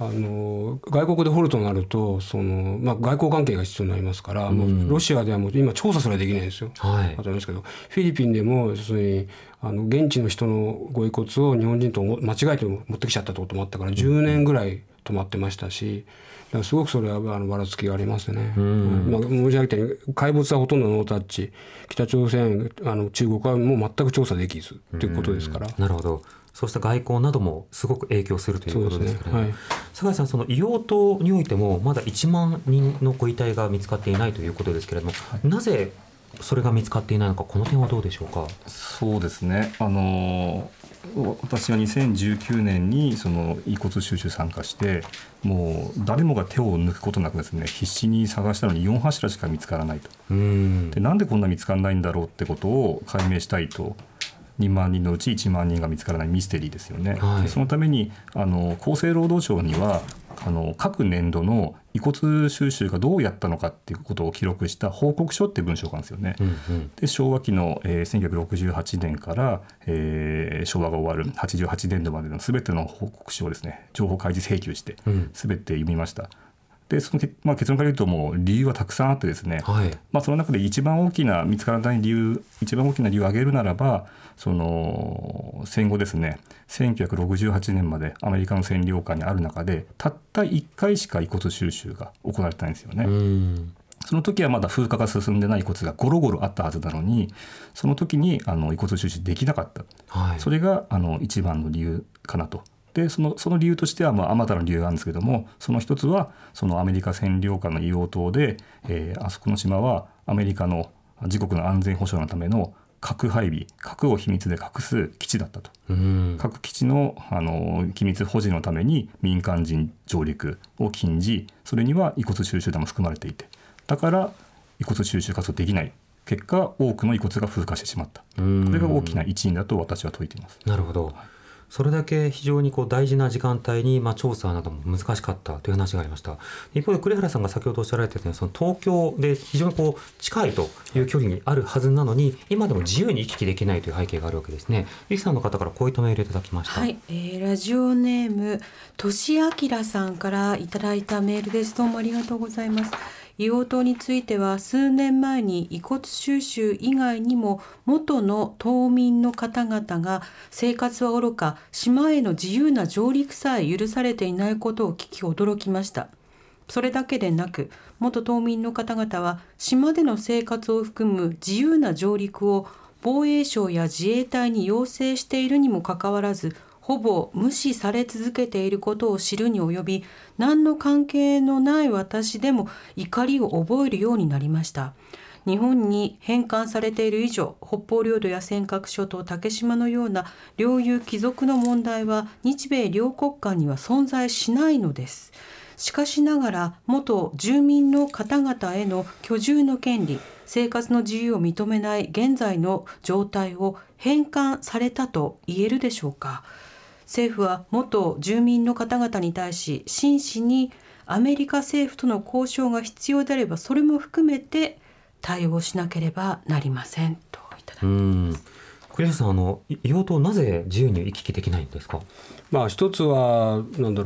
外国で掘るとなると外交関係が必要になりますから、もうロシアではもう今調査すらできないんですよ。当たりますけど、フィリピンでも要するに現地の人のご遺骨を日本人と間違えて持ってきちゃったってこともあったから10年ぐらい止まってましたし、だからすごくそれはばらつきがありますね。申し上げたように怪物はほとんどノータッチ、北朝鮮中国はもう全く調査できずということですから。 なるほど。そうした外交などもすごく影響するということですからね。酒井さん、その硫黄島においてもまだ1万人のご遺体が見つかっていないということですけれども、なぜそれが見つかっていないのか、この点はどうでしょうか。 そうですね、私は2019年にその遺骨収集参加して、もう誰もが手を抜くことなくですね、必死に探したのに4柱しか見つからないと。で、なんでこんな見つからないんだろうってことを解明したいと。2万人のうち1万人が見つからないミステリーですよね。そのために厚生労働省には各年度の遺骨収集がどうやったのかっていうことを記録した報告書っていう文章があるんですよね。で、昭和期の、1968年から、昭和が終わる88年度までの全ての報告書をですね、情報開示請求して全て読みました。でその結論から言うと、もう理由はたくさんあってですね、その中で一番大きな見つからない理由、一番大きな理由を挙げるならば、戦後ですね、1968年までアメリカの占領下にある中でたった1回しか遺骨収集が行われてないんですよね。その時はまだ風化が進んでない遺骨がゴロゴロあったはずなのに、その時に遺骨収集できなかった、それが一番の理由かなと。でその理由としてはあまたの理由があるんですけども、その一つはそのアメリカ占領下の硫黄島で、あそこの島はアメリカの自国の安全保障のための核配備、核を秘密で隠す基地だったと。核基地の、機密保持のために民間人上陸を禁じ、それには遺骨収集団も含まれていて、だから遺骨収集活動できない、結果多くの遺骨が風化してしまった、これが大きな一因だと私は説いています。 なるほど。それだけ非常に大事な時間帯に調査なども難しかったという話がありました。一方で栗原さんが先ほどおっしゃられたように、その東京で非常に近いという距離にあるはずなのに、今でも自由に行き来できないという背景があるわけですね。リスナーの方からこういったメールをいただきました。 ラジオネームとしあきらさんからいただいたメールです。どうもありがとうございます。硫黄島については数年前に遺骨収集以外にも元の島民の方々が生活はおろか島への自由な上陸さえ許されていないことを聞き驚きました。それだけでなく、元島民の方々は島での生活を含む自由な上陸を防衛省や自衛隊に要請しているにもかかわらず、ほぼ無視され続けていることを知るに及び、何の関係のない私でも怒りを覚えるようになりました。日本に返還されている以上、北方領土や尖閣諸島、竹島のような領有帰属の問題は日米両国間には存在しないのです。しかしながら元住民の方々への居住の権利、生活の自由を認めない現在の状態を返還されたと言えるでしょうか。政府は元住民の方々に対し真摯にアメリカ政府との交渉が必要であればそれも含めて対応しなければなりませんといただきます。 栗原さん、硫黄島なぜ自由に行き来できないんですか。 一つは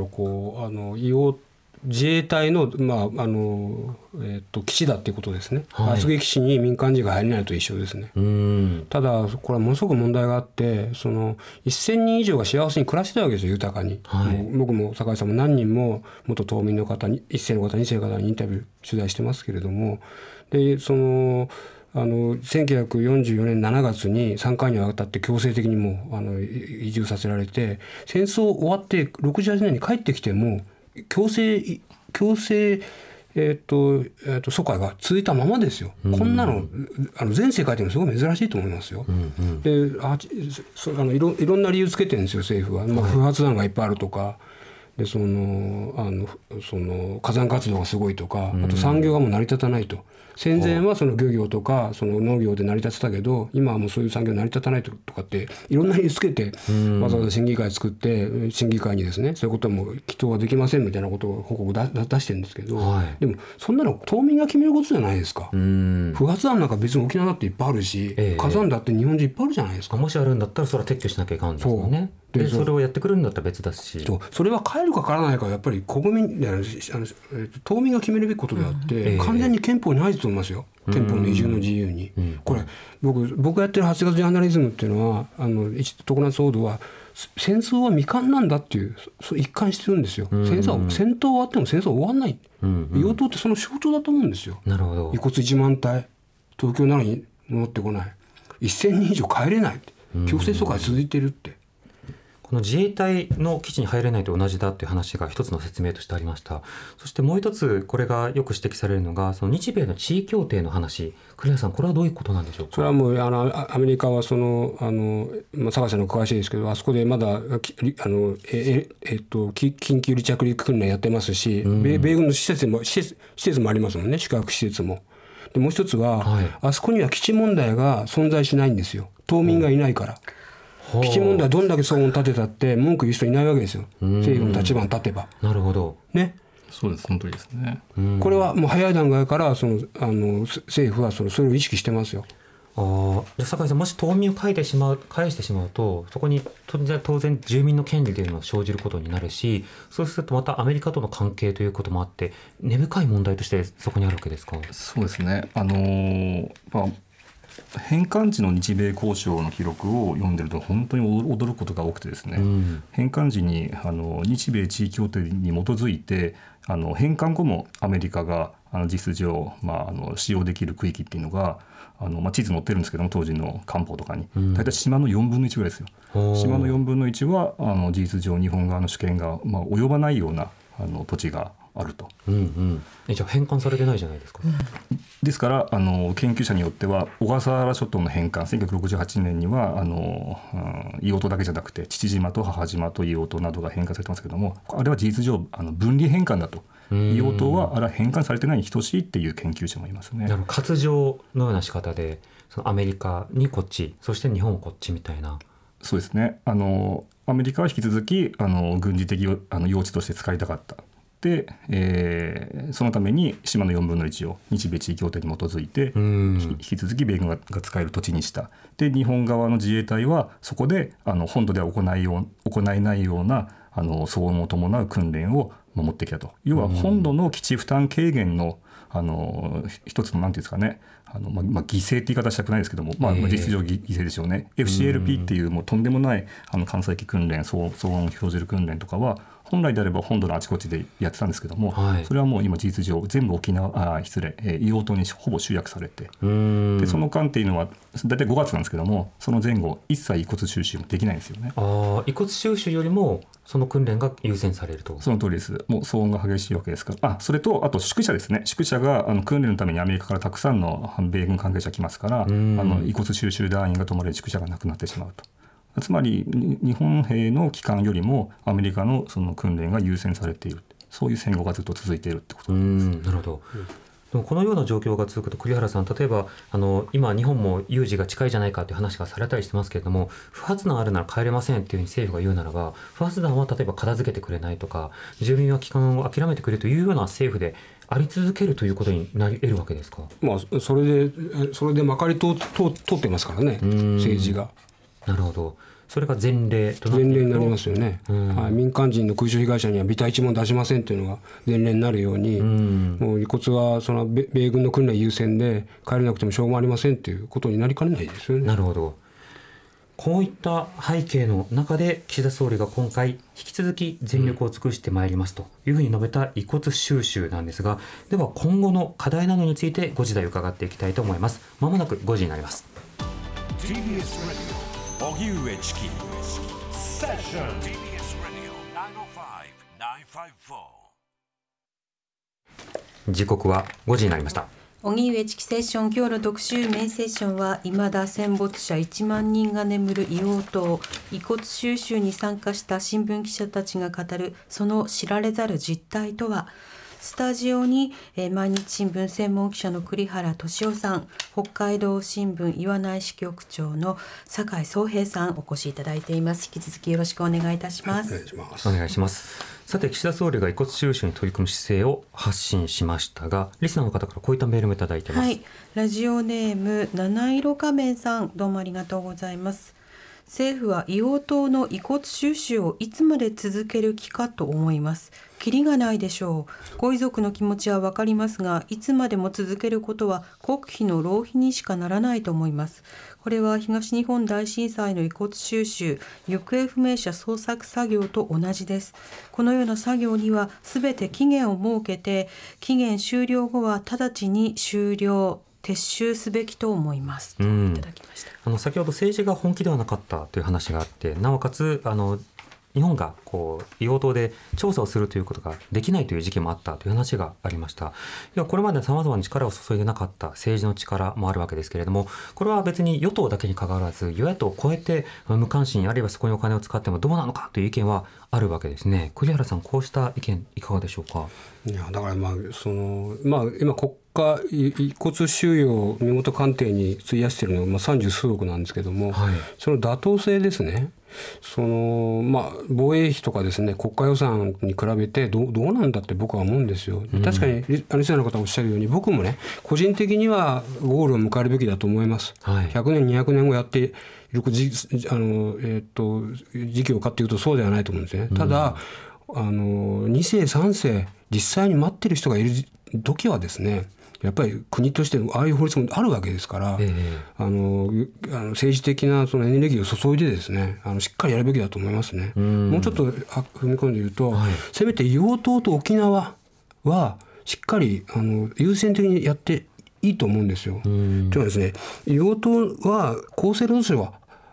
自衛隊の、基地だということですね。厚木基地に民間人が入れないと一緒ですね。ただこれはものすごく問題があって、1000人以上が幸せに暮らしてたわけですよ、豊かに。僕も酒井さんも何人も元島民の方、1世の方2世の方にインタビュー取材してますけれども、で1944年7月に3回にわたって強制的にも移住させられて、戦争終わって68年に帰ってきても強制疎開が続いたままですよ。こんなの全世界でもすごい珍しいと思いますよ。でいろんな理由つけてるんですよ、政府は。不発弾がいっぱいあるとかで、火山活動がすごいとか、あと産業がもう成り立たないと。戦前は漁業とか農業で成り立ってたけど、今はもうそういう産業成り立たないとかっていろんな理由つけて、わざわざ審議会作って審議会にですね、そういうことはもう祈祷はできませんみたいなことを報告出してるんですけど、でもそんなの島民が決めることじゃないですか。不発弾なんか別に沖縄だっていっぱいあるし、火山だって日本中いっぱいあるじゃないですか。 もしあるんだったらそれは撤去しなきゃいかんですよね。 でそれをやってくるんだったら別だし、 それは帰るか帰らないかはやっぱり国民島民が決めるべきことであって、完全に憲法にないと思いますよ。憲法の移住の自由に、これ僕がやってる8月ジャーナリズムっていうのは常夏報道は戦争は未完なんだっていう一貫してるんですよ。戦闘終わっても戦争終わんない、硫黄島ってその象徴だと思うんですよ。 なるほど。 遺骨1万体東京なのに戻ってこない、1000人以上帰れない、強制疎開続いてるって。 この自衛隊の基地に入れないと同じだという話が一つの説明としてありました。そしてもう一つこれがよく指摘されるのがその日米の地位協定の話。栗原さん、これはどういうことなんでしょうか。 それはもうアメリカは酒井さんの詳しいですけど、あそこでまだ緊急離着陸訓練やってますし、米軍の施設もありますもんね、宿泊施設も。でもう一つは、あそこには基地問題が存在しないんですよ。島民がいないから。基地問題どんだけ騒音立てたって文句言う人いないわけですよ、政府の立場に立てば。 なるほどね。 そうです、本当にですね。 これはもう早い段階から政府はそれを意識してますよ。 じゃあ酒井さん、もし島民を返してしまうとそこに当然住民の権利というのが生じることになるし、そうするとまたアメリカとの関係ということもあって根深い問題としてそこにあるわけですか。 そうですね。返還時の日米交渉の記録を読んでると本当に驚くことが多くてですね、返還時に日米地位協定に基づいて返還後もアメリカが実質上、使用できる区域っていうのが地図載ってるんですけども、当時の官報とかに大体島の4分の1ぐらいですよ。島の4分の1は事実上日本側の主権が及ばないような土地があると。 じゃあ返還されてないじゃないですか。 ですから研究者によっては小笠原諸島の返還、1968年には硫黄島だけじゃなくて父島と母島と硫黄島などが返還されてますけども、あれは事実上分離返還だと。硫黄島はあれは返還されてないに等しいっていう研究者もいますね。 割譲のような仕方でそのアメリカにこっち、そして日本はこっちみたいな。 そうですね。アメリカは引き続き軍事的用地として使いたかった。でそのために島の4分の1を日米地位協定に基づいて引き続き米軍が使える土地にした。で日本側の自衛隊はそこで本土では行えないような騒音を伴う訓練を持ってきたと。要は本土の基地負担軽減の一つのなんていうんですかね、犠牲って言い方したくないですけども、実質上犠牲ですよね。FCLP っていうもうとんでもない艦載機訓練、騒音を生じる訓練とかは本来であれば本土のあちこちでやってたんですけども、それはもう今事実上全部硫黄島にほぼ集約されて、でその間っていうのは大体5月なんですけども、その前後一切遺骨収集もできないんですよね。 遺骨収集よりもその訓練が優先されると。 その通りです。もう騒音が激しいわけですから。それとあと宿舎ですね。宿舎が訓練のためにアメリカからたくさんの米軍関係者来ますから、遺骨収集団員が泊まれる宿舎がなくなってしまうと。つまり日本兵の帰還よりもアメリカのその訓練が優先されている、そういう戦後がずっと続いているってことなんです。 なるほど。でもこのような状況が続くと栗原さん、例えば今日本も有事が近いじゃないかという話がされたりしてますけれども、不発弾あるなら帰れませんっていうふうに政府が言うならば、不発弾は例えば片付けてくれないとか、住民は帰還を諦めてくれというような政府であり続けるということになり得るわけですか。 それでまかり通ってますからね、政治が。 なるほど。それが前例となっていると。 前例になりますよね。民間人の空襲被害者には微体一文出しませんというのが前例になるように、もう遺骨はその米軍の訓練優先で帰れなくてもしょうがありませんということになりかねないですよね。 なるほど。こういった背景の中で岸田総理が今回引き続き全力を尽くしてまいりますというふうに述べた遺骨収集なんですが、では今後の課題などについて5時台伺っていきたいと思います。まもなく5時になります。 荻上チキセッション TBS Radio 905-954。 時刻は5時になりました。 荻上チキセッション、今日の特集メインセッションは未だ戦没者1万人が眠る硫黄島、遺骨収集に参加した新聞記者たちが語るその知られざる実態とは。スタジオに、毎日新聞専門記者の栗原俊夫さん、北海道新聞岩内支局長の酒井壮平さんお越しいただいています。引き続きよろしくお願いいたします。 お願いします。さて、岸田総理が遺骨収集に取り組む姿勢を発信しましたが、リスナーの方からこういったメールもいただいています。 ラジオネーム七色仮面さん、どうもありがとうございます。 政府は硫黄島の遺骨収集をいつまで続ける気かと思います。キリがないでしょう。ご遺族の気持ちは分かりますが、いつまでも続けることは国費の浪費にしかならないと思います。これは東日本大震災の遺骨収集、行方不明者捜索作業と同じです。このような作業にはすべて期限を設けて、期限終了後は直ちに終了撤収すべきと思いますといただきました。 先ほど政治が本気ではなかったという話があって、なおかつ日本が硫黄島で調査をするということができないという時期もあったという話がありました。これまでさまざまな力を注いでなかった政治の力もあるわけですけれども、これは別に与党だけに関わらず与野党を超えて無関心あるいはそこにお金を使ってもどうなのかという意見はあるわけですね。栗原さん、こうした意見いかがでしょうか。 いやだから今国家遺骨収容身元鑑定に費やしているのは30数億なんですけども、その妥当性ですね。防衛費とかですね、国家予算に比べてどうなんだって僕は思うんですよ。確かにリスナーの方おっしゃるように、僕もね個人的にはゴールを迎えるべきだと思います。100年200年後やっている時期をかっていうとそうではないと思うんですね。ただ2世3世実際に待ってる人がいる時はですね、やっぱり国としてああいう法律もあるわけですから、政治的なそのエネルギーを注いでですね、しっかりやるべきだと思いますね。もうちょっと踏み込んで言うと、せめて硫黄島と沖縄はしっかり優先的にやっていいと思うんですよ。というのはですね、硫黄島は厚生労働省は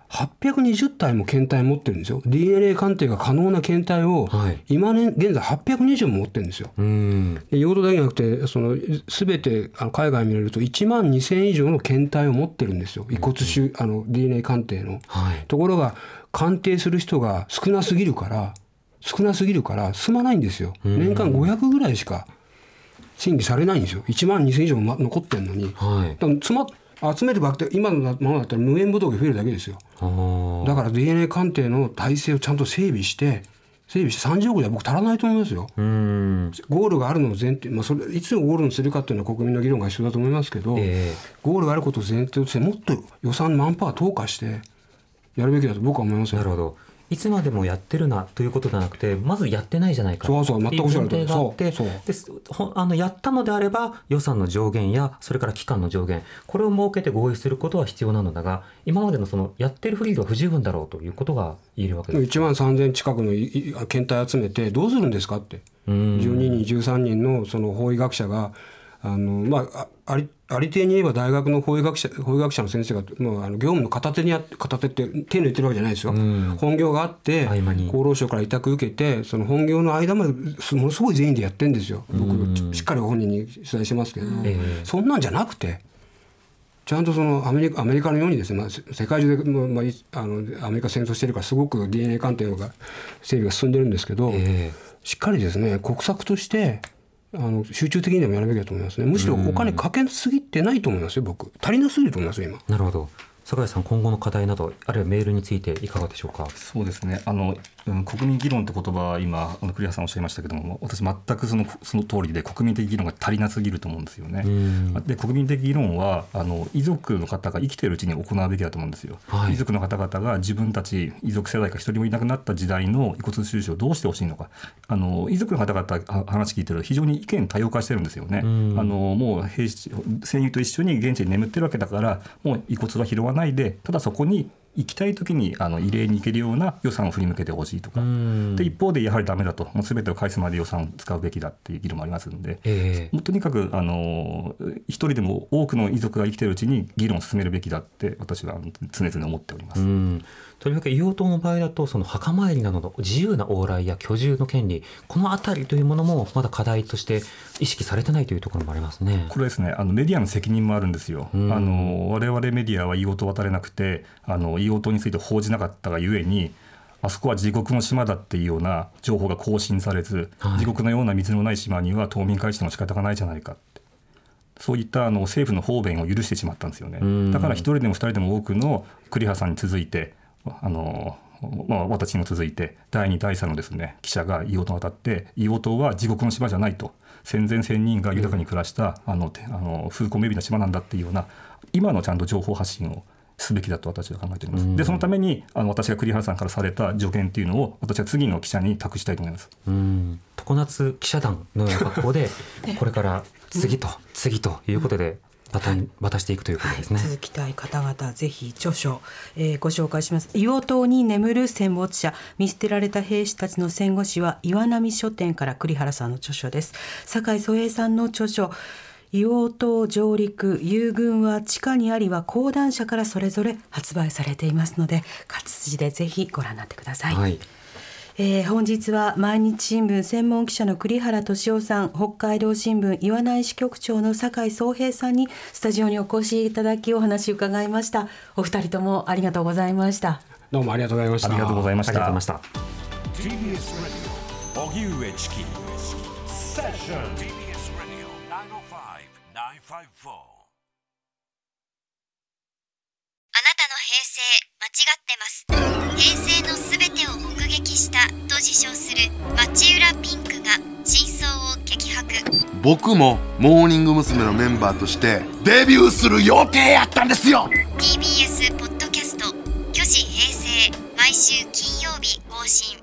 820体も検体持ってるんですよ。 DNA 鑑定が可能な検体を今現在820も持ってるんですよ。硫黄島だけじゃなくて全て海外見れると1万2000以上の検体を持ってるんですよ、遺骨DNA 鑑定の、ところが鑑定する人が少なすぎるから進まないんですよ。年間500ぐらいしか審議されないんですよ。1万2000以上も残ってるのに、集めるばっかり今のままだったら無縁武道が増えるだけですよ。だから DNA 鑑定の体制をちゃんと整備して30億では僕足らないと思いますよ。ゴールがあるのを前提、それいつゴールにするかっていうのは国民の議論が必要だと思いますけど、ゴールがあることを前提としてもっと予算マンパワー投下してやるべきだと僕は思いますよ。 なるほど。いつまでもやってるなということではなくて、まずやってないじゃないかっていう前提があって、 やったのであれば予算の上限やそれから期間の上限、これを設けて合意することは必要なのだが、今までのやってるフリードは不十分だろうということが言えるわけです。 1万3000近くの検体集めてどうするんですかって、12人13人のその法医学者がありていに言えば大学の法医学者の先生が業務の片手って手抜いてるわけじゃないですよ。本業があって厚労省から委託受けて、その本業の間までものすごい全員でやってるんですよ。僕しっかり本人に取材しますけど、そんなんじゃなくてちゃんとアメリカのようにですね、世界中で、アメリカ戦争してるからすごく DNA 鑑定が整備が進んでるんですけど、しっかりですね国策として集中的にでもやるべきだと思いますね。むしろお金かけすぎてないと思いますよ。僕足りなすぎると思いますよ今。 なるほど。坂井さん、今後の課題などあるいはメールについていかがでしょうか。 そうですね、国民議論って言葉は今栗原さんおっしゃいましたけども、私全くその通りで国民的議論が足りなすぎると思うんですよね。で国民的議論は遺族の方が生きているうちに行うべきだと思うんですよ。遺族の方々が自分たち遺族世代が一人もいなくなった時代の遺骨収集をどうしてほしいのか、遺族の方々話聞いてると非常に意見多様化してるんですよね。もう戦友と一緒に現地に眠ってるわけだから、もう遺骨は拾わないで、ただそこに行きたい時に慰霊に行けるような予算を振り向けてほしいとか、で一方でやはりダメだと、もう全てを返すまで予算を使うべきだっていう議論もありますので、もうとにかく一人でも多くの遺族が生きているうちに議論を進めるべきだって私は常々思っております。 とりわけ硫黄島の場合だと墓参りなどの自由な往来や居住の権利、このあたりというものもまだ課題として意識されてないというところもありますね。 これですね、メディアの責任もあるんですよ。我々メディアは硫黄島を渡れなくて硫黄島について報じなかったがゆえに、あそこは地獄の島だっていうような情報が更新されず、地獄のような水のない島には島民返しても仕方がないじゃないかって、そういった政府の方便を許してしまったんですよね。だから一人でも二人でも多くの栗原さんに続いて私にも続いて第2第3のですね記者が硫黄島に渡って、硫黄島は地獄の島じゃないと、戦前1000人が豊かに暮らした風光明媚な島なんだっていうような今のちゃんと情報発信をすべきだと私は考えております。でそのために私が栗原さんからされた助言っていうのを私は次の記者に託したいと思います。 常夏記者団のような格好でこれから次と次ということで渡していくということですね。 続きたい方々ぜひ著書、ご紹介します。硫黄島に眠る戦没者、見捨てられた兵士たちの戦後史は岩波書店から栗原さんの著書です。酒井宗平さんの著書硫黄島上陸友軍は地下にありは講談社からそれぞれ発売されていますので活字でぜひご覧になってください。本日は毎日新聞専門記者の栗原俊夫さん、北海道新聞岩内支局長の酒井宗平さんにスタジオにお越しいただきお話を伺いました。お二人ともありがとうございました。 どうもありがとうございました。 ありがとうございました。 TBS ラジオ荻上チキセッション TBS ラジオ905-954。 あなたの平成間違ってます。平成のすべてを目撃したと自称する町浦ピンクが真相を激白。 僕もモーニング娘。のメンバーとしてデビューする予定やったんですよ。 TBS ポッドキャスト虚子平成毎週金曜日更新。